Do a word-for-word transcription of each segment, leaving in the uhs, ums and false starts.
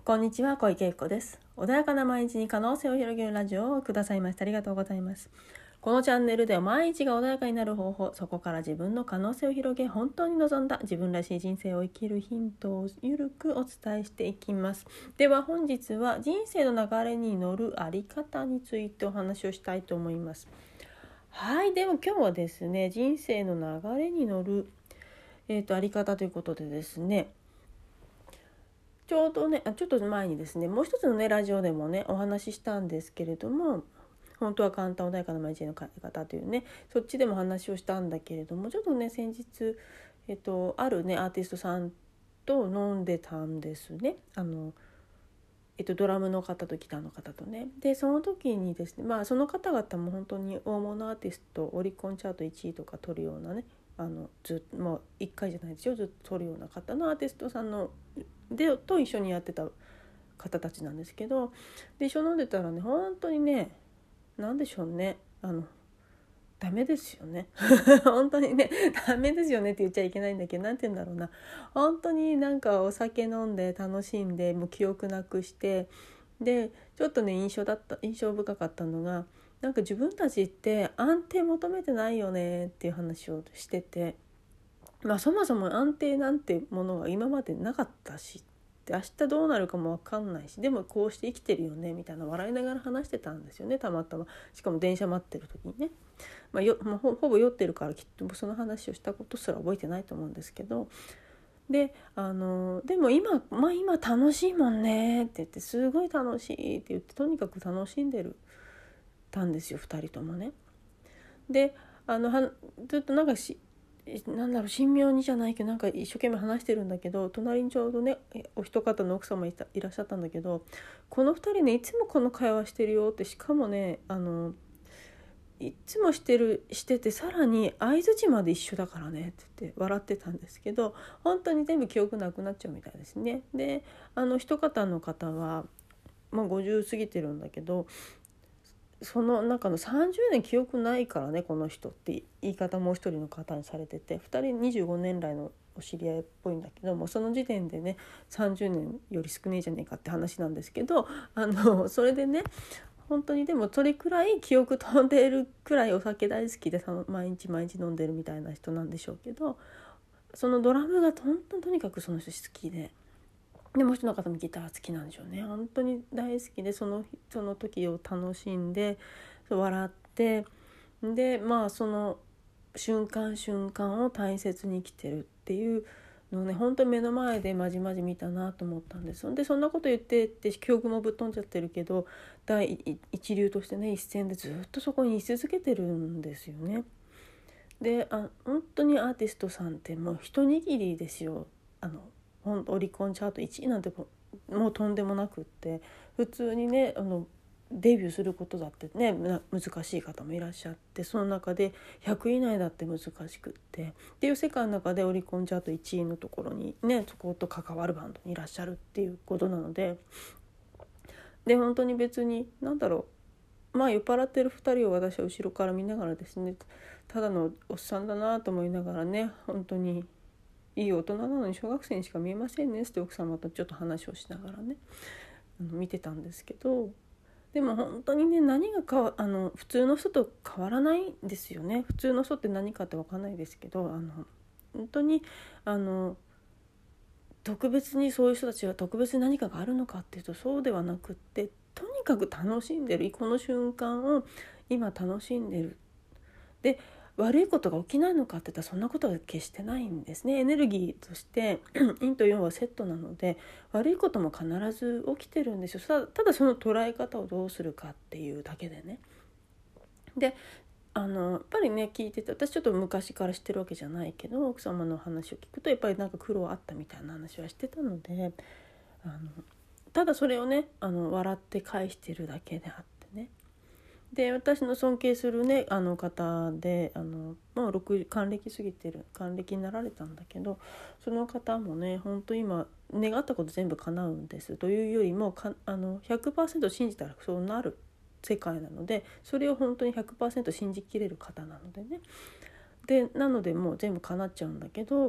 こんにちは、小池恵子です。穏やかな毎日に可能性を広げるラジオをくださいましてありがとうございます。このチャンネルでは毎日が穏やかになる方法、そこから自分の可能性を広げ、本当に望んだ自分らしい人生を生きるヒントをゆるくお伝えしていきます。では本日は人生の流れに乗るあり方についてお話をしたいと思います。はい、でも今日はですね、人生の流れに乗る、えーと、あり方ということでですね、ちょうどね、ちょっと前にですね、もう一つのねラジオでもねお話ししたんですけれども、本当は簡単穏やかな毎日の変え方というね、そっちでも話をしたんだけれども、ちょっとね先日、えっと、あるねアーティストさんと飲んでたんですね。あのえっと、ドラムの方とギターの方とね。でその時にですね、まあその方々も本当に大物アーティスト、オリコンチャートいちいとか取るようなね、あのずもういっかいじゃないですよ、ずっと取るような方のアーティストさんのでと一緒にやってた方たちなんですけど、で一緒に飲んでたらね、本当にね、なんでしょうね、あのダメですよね本当にねダメですよねって言っちゃいけないんだけど、なんて言うんだろうな、本当になんかお酒飲んで楽しんでもう記憶なくして、でちょっとね印象だった印象深かったのが、なんか自分たちって安定求めてないよねっていう話をしてて、まあそもそも安定なんてものは今までなかったし、で明日どうなるかも分かんないし、でもこうして生きてるよねみたいな笑いながら話してたんですよね、たまたま。しかも電車待ってる時にね、まあよまあ、ほ, ほぼ酔ってるからきっとその話をしたことすら覚えてないと思うんですけど、であのでも今、まあ、今楽しいもんねって言って、すごい楽しいって言って、とにかく楽しんでるたんですよ、ふたりともね。であのはずっとなんかしなんだろう神妙にじゃないけど、なんか一生懸命話してるんだけど、隣にちょうどねお一方の奥様 い, たいらっしゃったんだけど、このふたりねいつもこの会話してるよって、しかもねあのいつもしてるしてて、さらに相槌まで一緒だからねって言って笑ってたんですけど、本当に全部記憶なくなっちゃうみたいですね。であの一方の方はもうごじゅう過ぎてるんだけど、その中のさんじゅうねん記憶ないからねこの人って言い方もう一人の方にされてて、ふたりにじゅうごねん来のお知り合いっぽいんだけども、その時点でねさんじゅうねんより少ねえじゃねえかって話なんですけど、あのそれでね本当にでもそれくらい記憶飛んでいるくらいお酒大好きで毎日毎日飲んでるみたいな人なんでしょうけど、そのドラムがとんとんとにかくその人好きで。でもう一人の方もギター好きなんでしょうね。本当に大好きで、そのその時を楽しんで笑って、でまあその瞬間瞬間を大切に生きてるっていうのをね、本当に目の前でまじまじ見たなと思ったんです。でそんなこと言ってって記憶もぶっ飛んじゃってるけど、第一流としてね一線でずっとそこに居続けてるんですよね。であ本当にアーティストさんってもう一握りですよ。あのオリコンチャートいちいなんてもうとんでもなくって、普通にねあのデビューすることだってね難しい方もいらっしゃって、その中でひゃくい以内だって難しくってっていう世界の中でオリコンチャートいちいのところにねそこと関わるバンドにいらっしゃるっていうことなので、で本当に別に何だろう、まあ酔っ払ってるふたりを私は後ろから見ながらですね、ただのおっさんだなと思いながらね、本当にいい大人なのに小学生にしか見えませんねって奥様とちょっと話をしながらね見てたんですけど、でも本当にね何がかわあの普通の人と変わらないんですよね。普通の人って何かって分かんないですけど、あの本当にあの特別にそういう人たちが特別に何かがあるのかっていうとそうではなくって、とにかく楽しんでる、この瞬間を今楽しんでる。で悪いことが起きないのかって言ったらそんなことは決してないんですね。エネルギーとして陰と陽はセットなので、悪いことも必ず起きてるんですよ。ただ、ただその捉え方をどうするかっていうだけでね。であのやっぱりね聞いてて、私ちょっと昔から知ってるわけじゃないけど、奥様の話を聞くとやっぱりなんか苦労あったみたいな話はしてたので、あのただそれをねあの笑って返してるだけであってね。で私の尊敬するねあの方で、あのもうろく還暦過ぎてる還暦になられたんだけど、その方もね本当今願ったこと全部叶うんですというよりもかあの ひゃくパーセント 信じたらそうなる世界なので、それを本当に ひゃくパーセント 信じきれる方なのでね。でなのでもう全部叶っちゃうんだけど、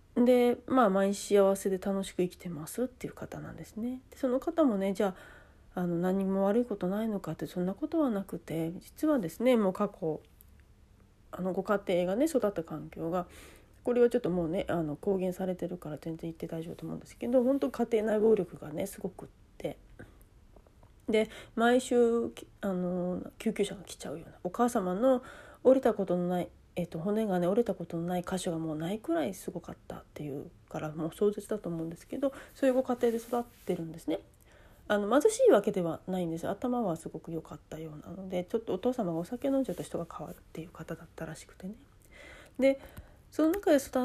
でまあ毎日幸せで楽しく生きてますっていう方なんですね。でその方もねじゃあ、あの何も悪いことないのかってそんなことはなくて、実はですねもう過去あのご家庭がね育った環境が、これはちょっともうねあの公言されてるから全然言って大丈夫と思うんですけど、本当家庭内暴力がねすごくって、で毎週あの救急車が来ちゃうような、お母様の降りたことのない、えっと、骨がね折れたことのない箇所がもうないくらいすごかったっていうからもう壮絶だと思うんですけど、そういうご家庭で育ってるんですね。あの貧しいわけではないんです。頭はすごく良かったようなので、ちょっとお父様がお酒飲んじゃうと人が変わるっていう方だったらしくてね。でその中で育って、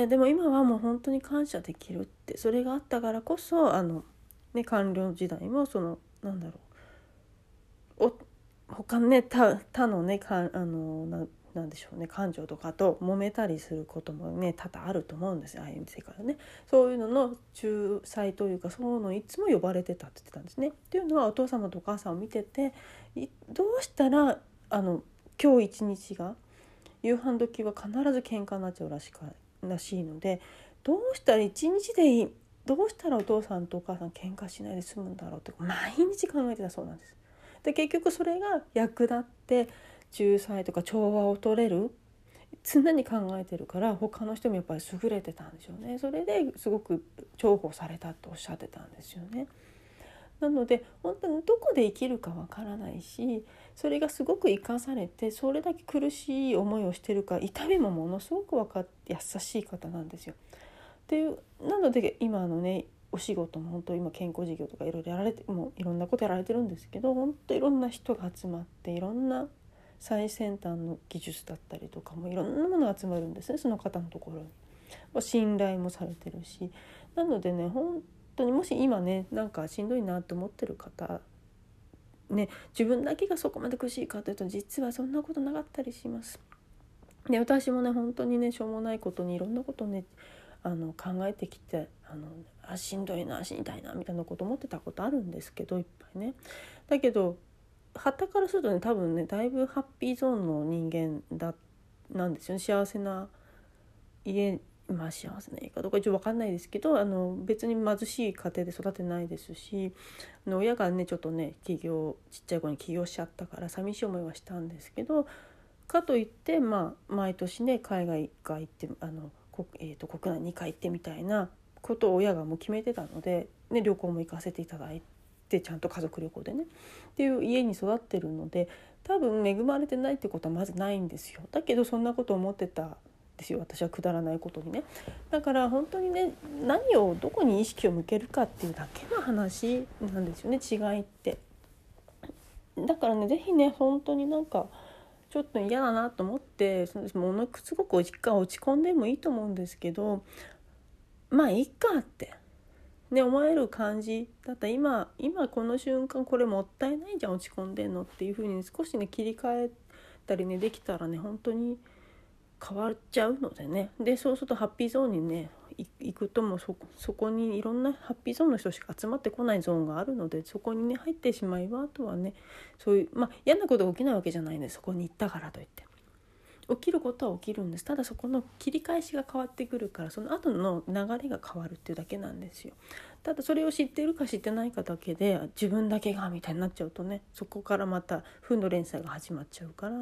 でも今はもう本当に感謝できるって、それがあったからこそあの、ね、官僚時代もそのなんだろう、お他ね 他, 他のねかあのななんでしょうね、感情とかと揉めたりすることもね多々あると思うんですよ、ああいう世界はね。そういうのの仲裁というか、そういうのいつも呼ばれてたって言ってたんですね。っていうのはお父様とお母さんを見てて、どうしたらあの今日一日が夕飯時は必ず喧嘩になっちゃうらしからしいので、どうしたら一日でいい、どうしたらお父さんとお母さん喧嘩しないで済むんだろうって毎日考えてたそうなんです。で結局それが役立って仲裁とか調和を取れる常に考えてるから、他の人もやっぱり優れてたんでしょうね。それですごく重宝されたとおっしゃってたんですよね。なので本当にどこで生きるかわからないし、それがすごく生かされてそれだけ苦しい思いをしてるか、痛みもものすごく分かって優しい方なんですよ。っていうなので今のねお仕事も本当今健康事業とかいろいろやられて、もういろんなことやられてるんですけど、本当いろんな人が集まっていろんな最先端の技術だったりとかもいろんなものが集まるんですね、その方のところに。信頼もされてるし、なのでね本当にもし今ねなんかしんどいなと思ってる方ね、自分だけがそこまで苦しいかというと実はそんなことなかったりします。で私もね本当にねしょうもないことにいろんなことをねあの考えてきて、あのあしんどいな死にたいなみたいなこと思ってたことあるんですけど、いっぱいね。だけど傍からするとね多分ねだいぶハッピーゾーンの人間だなんですよね。幸せな家、まあ幸せな家かどうか一応分かんないですけど、あの別に貧しい家庭で育てないですし、あの親がねちょっとね起業ちっちゃい子に起業しちゃったから寂しい思いはしたんですけど、かといってまあ毎年ね海外いっかい行ってあの、えー、と国内にかい行ってみたいなことを親がもう決めてたので、ね、旅行も行かせていただいてちゃんと家族旅行でねっていう家に育ってるので、多分恵まれてないってことはまずないんですよ。だけどそんなこと思ってたんですよ、私はくだらないことにね。だから本当にね何をどこに意識を向けるかっていうだけの話なんですよね、違いって。だからね是非ね本当になんかちょっと嫌だなと思ってものすごく落ち込んでもいいと思うんですけど、まあいいかってね思える感じだったら、今今この瞬間これもったいないじゃん落ち込んでんのっていう風に少しね切り替えたりねできたらね本当に変わっちゃうのでね。でそうするとハッピーゾーンにね行くともう そ, そこにいろんなハッピーゾーンの人しか集まってこないゾーンがあるので、そこにね入ってしまえばあとはねそういうまあ嫌なことが起きないわけじゃないんで、そこに行ったからといって起きることは起きるんです。ただそこの切り返しが変わってくるから、その後の流れが変わるっていうだけなんですよ。ただそれを知ってるか知ってないかだけで自分だけがみたいになっちゃうとね、そこからまた負の連鎖が始まっちゃうから、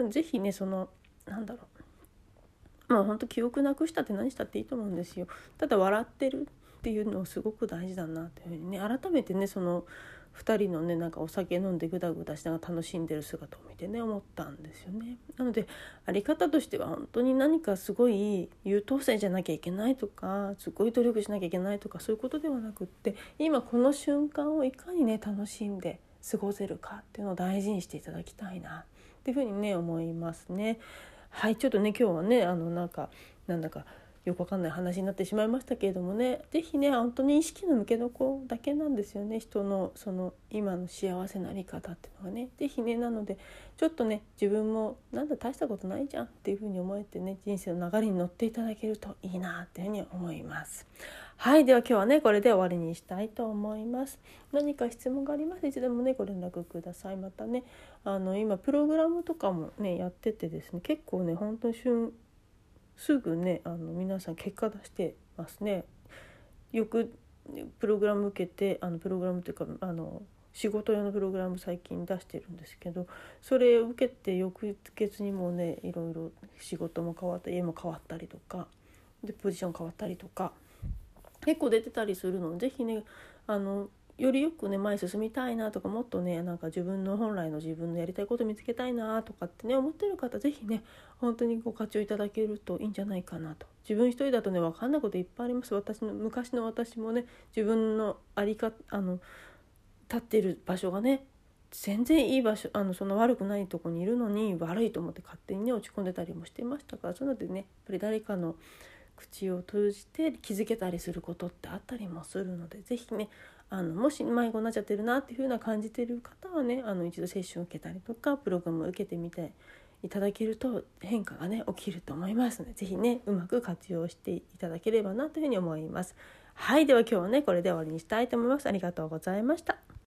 ぜひねそのなんだろうまあ本当記憶なくしたって何したっていいと思うんですよ。ただ笑ってるっていうのをすごく大事だなというふうにね改めてねそのふたりのねなんかお酒飲んでグダグダしながら楽しんでる姿を見てね思ったんですよね。なのであり方としては本当に何かすごい優等生じゃなきゃいけないとかすごい努力しなきゃいけないとかそういうことではなくって、今この瞬間をいかにね楽しんで過ごせるかっていうのを大事にしていただきたいなっていうふうにね思いますね。はい、ちょっとね今日はねあのなんかなんだかよくわかんない話になってしまいましたけれどもね、ぜひね本当に意識の向けどころだけなんですよね、人のその今の幸せなあり方っていうのはね。ぜひねなのでちょっとね自分もなんだ大したことないじゃんっていうふうに思えてね、人生の流れに乗っていただけるといいなっていうふうに思います。はい、では今日はねこれで終わりにしたいと思います。何か質問がありましたらいつでもねご連絡ください。またねあの今プログラムとかもねやっててですね、結構ね本当に瞬すぐねあの皆さん結果出してますね。よくプログラム受けてあのプログラムというかあの仕事用のプログラム最近出してるんですけど、それを受けて翌月にもねいろいろ仕事も変わった家も変わったりとかでポジション変わったりとか結構出てたりするので、ぜひねあのよりよくね前進みたいなとか、もっとねなんか自分の本来の自分のやりたいこと見つけたいなとかってね思ってる方、ぜひね本当にご活用いただけるといいんじゃないかなと。自分一人だとね分かんないこといっぱいあります。私の昔の私もね自分のありかあの立ってる場所がね全然いい場所あのそんな悪くないとこにいるのに悪いと思って勝手にね落ち込んでたりもしていましたから、そういうのでねやっぱり誰かの口を通じて気づけたりすることってあったりもするので、ぜひねあのもし迷子になっちゃってるなっていう風な感じてる方はねあの一度セッションを受けたりとかプログラムを受けてみていただけると変化がね起きると思いますので、ぜひねうまく活用していただければなというふうに思います。はい、では今日はねこれで終わりにしたいと思います。ありがとうございました。